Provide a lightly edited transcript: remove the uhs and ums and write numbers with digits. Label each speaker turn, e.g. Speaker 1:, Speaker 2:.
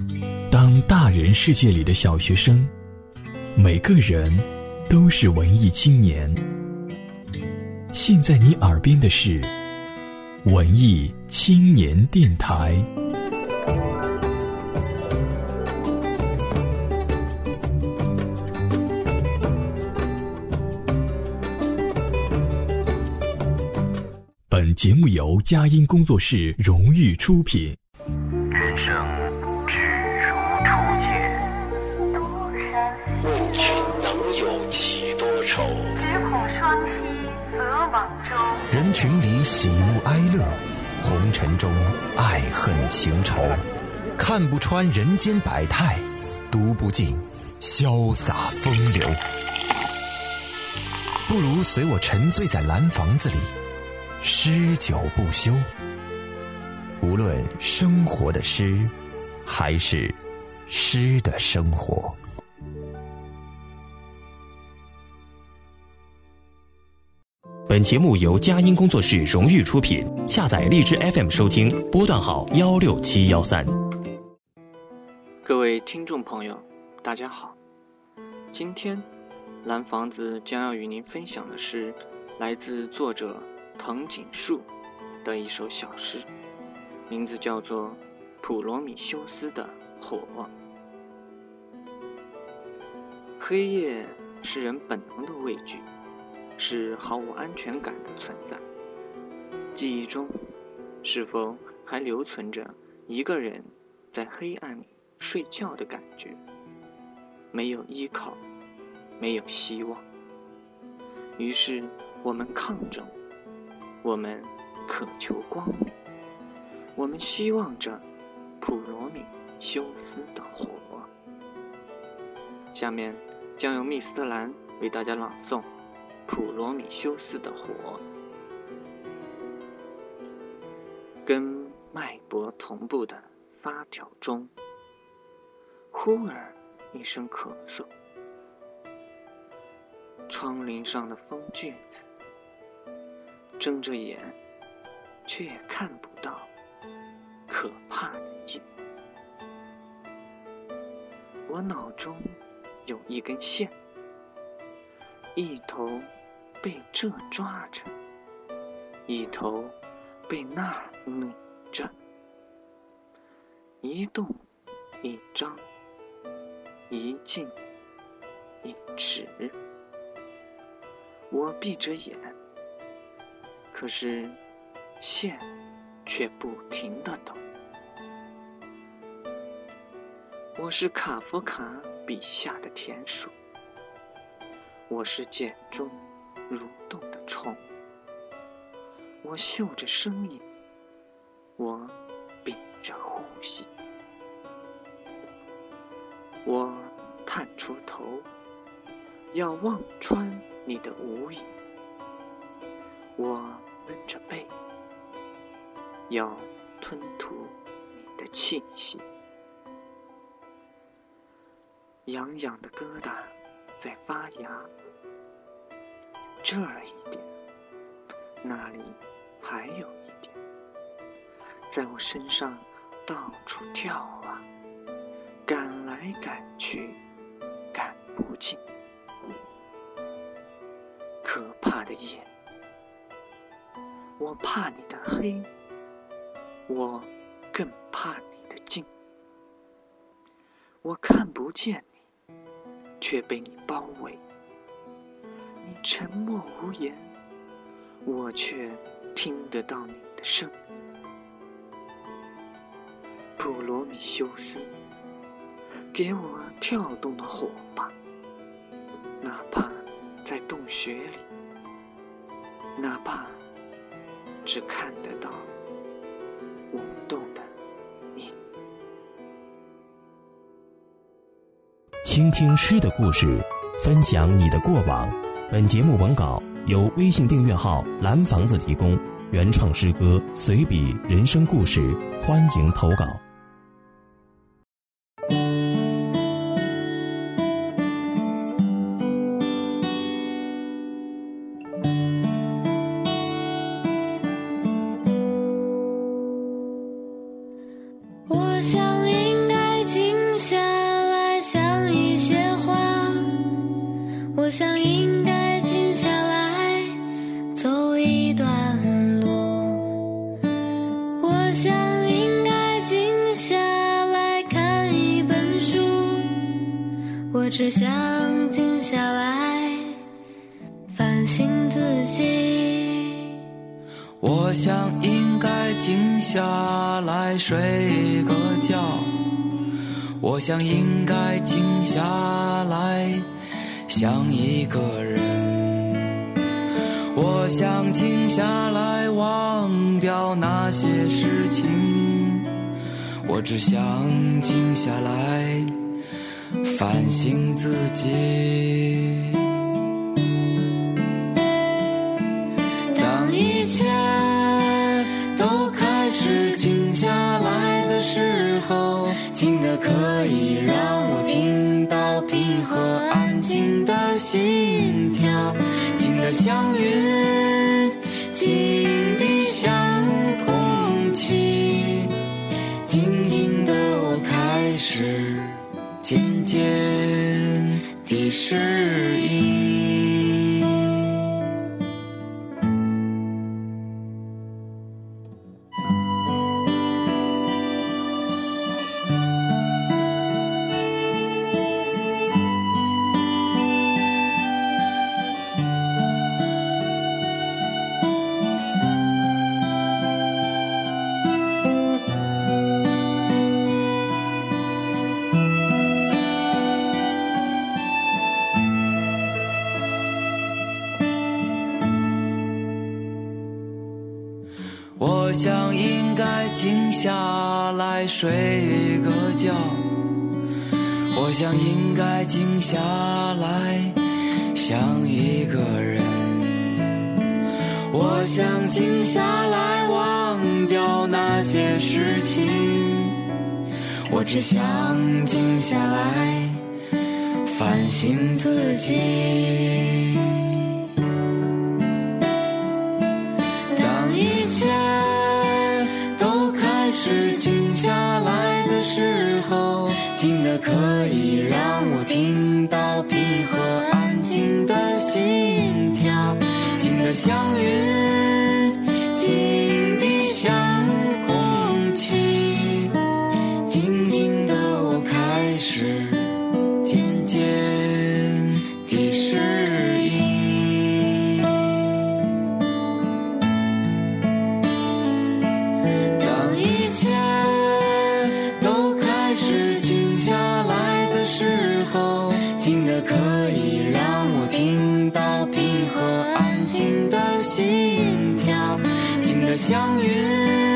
Speaker 1: 当大人世界里的小学生，每个人都是文艺青年。现在你耳边的是文艺青年电台。本节目由佳音工作室荣誉出品。
Speaker 2: 人生只如初见，
Speaker 3: 问君能有几多愁？
Speaker 4: 只苦双栖择网舟。
Speaker 2: 人群里喜怒哀乐，红尘中爱恨情仇，看不穿人间百态，读不尽潇洒风流。不如随我沉醉在蓝房子里，诗酒不休。无论生活的诗，还是诗的生活。
Speaker 5: 本节目由佳音工作室荣誉出品，下载荔枝 FM 收听，波段号16713。
Speaker 6: 各位听众朋友，大家好。今天蓝房子将要与您分享的是来自作者藤井树的一首小诗，名字叫做《普罗米修斯的火》。黑夜是人本能的畏惧，是毫无安全感的存在。记忆中，是否还留存着一个人在黑暗里睡觉的感觉？没有依靠，没有希望。于是我们抗争，我们渴求光明，我们希望着普罗米修斯的火。下面将由密斯特兰为大家朗诵普罗米修斯的火。跟脉搏同步的发条中，忽而一声咳嗽，窗棂上的风句子，睁着眼却也看不到可怕的影。我脑中有一根线，一头被这抓着，一头被那拧着，一动一张，一静一止。我闭着眼，可是线却不停地抖。我是卡夫卡笔下的田鼠，我是茧中蠕动的虫，我嗅着声音，我屏着呼吸，我探出头，要望穿你的无影，我闷着背，要吞吐你的气息。痒痒的疙瘩在发芽，这儿一点，那里还有一点，在我身上到处跳啊，赶来赶去，赶不尽。可怕的夜，我怕你的黑，我更怕你的静。我看不见你，却被你包围。你沉默无言，我却听得到你的声音。普罗米修斯，给我跳动的火吧，哪怕在洞穴里，哪怕只看得到舞动的你。
Speaker 5: 倾听诗的故事，分享你的过往。本节目文稿由微信订阅号蓝房子提供，原创诗歌、随笔、人生故事，欢迎投稿。
Speaker 7: 我想应该记我想应该静下来走一段路，我想应该静下来看一本书，我只想静下来反省自己。
Speaker 8: 我想应该静下来睡个觉，我想应该静下来想一个人，我想静下来忘掉那些事情，我只想静下来反省自己。当一切都开始静下来的时候，静得可以让我听到平和安静的心跳，静得像云，静地像空气，静静的我开始渐渐地适应。我想应该静下来睡个觉，我想应该静下来想一个人，我想静下来忘掉那些事情，我只想静下来反省自己。当一切都开始静下来的时候，静得可以让我听到平和安静的心跳，静得像云，静地像空气，静静的我开始渐渐地适应。当一切都开始静下来的时候，静得可以让我听到平和安静的心跳，静得像云，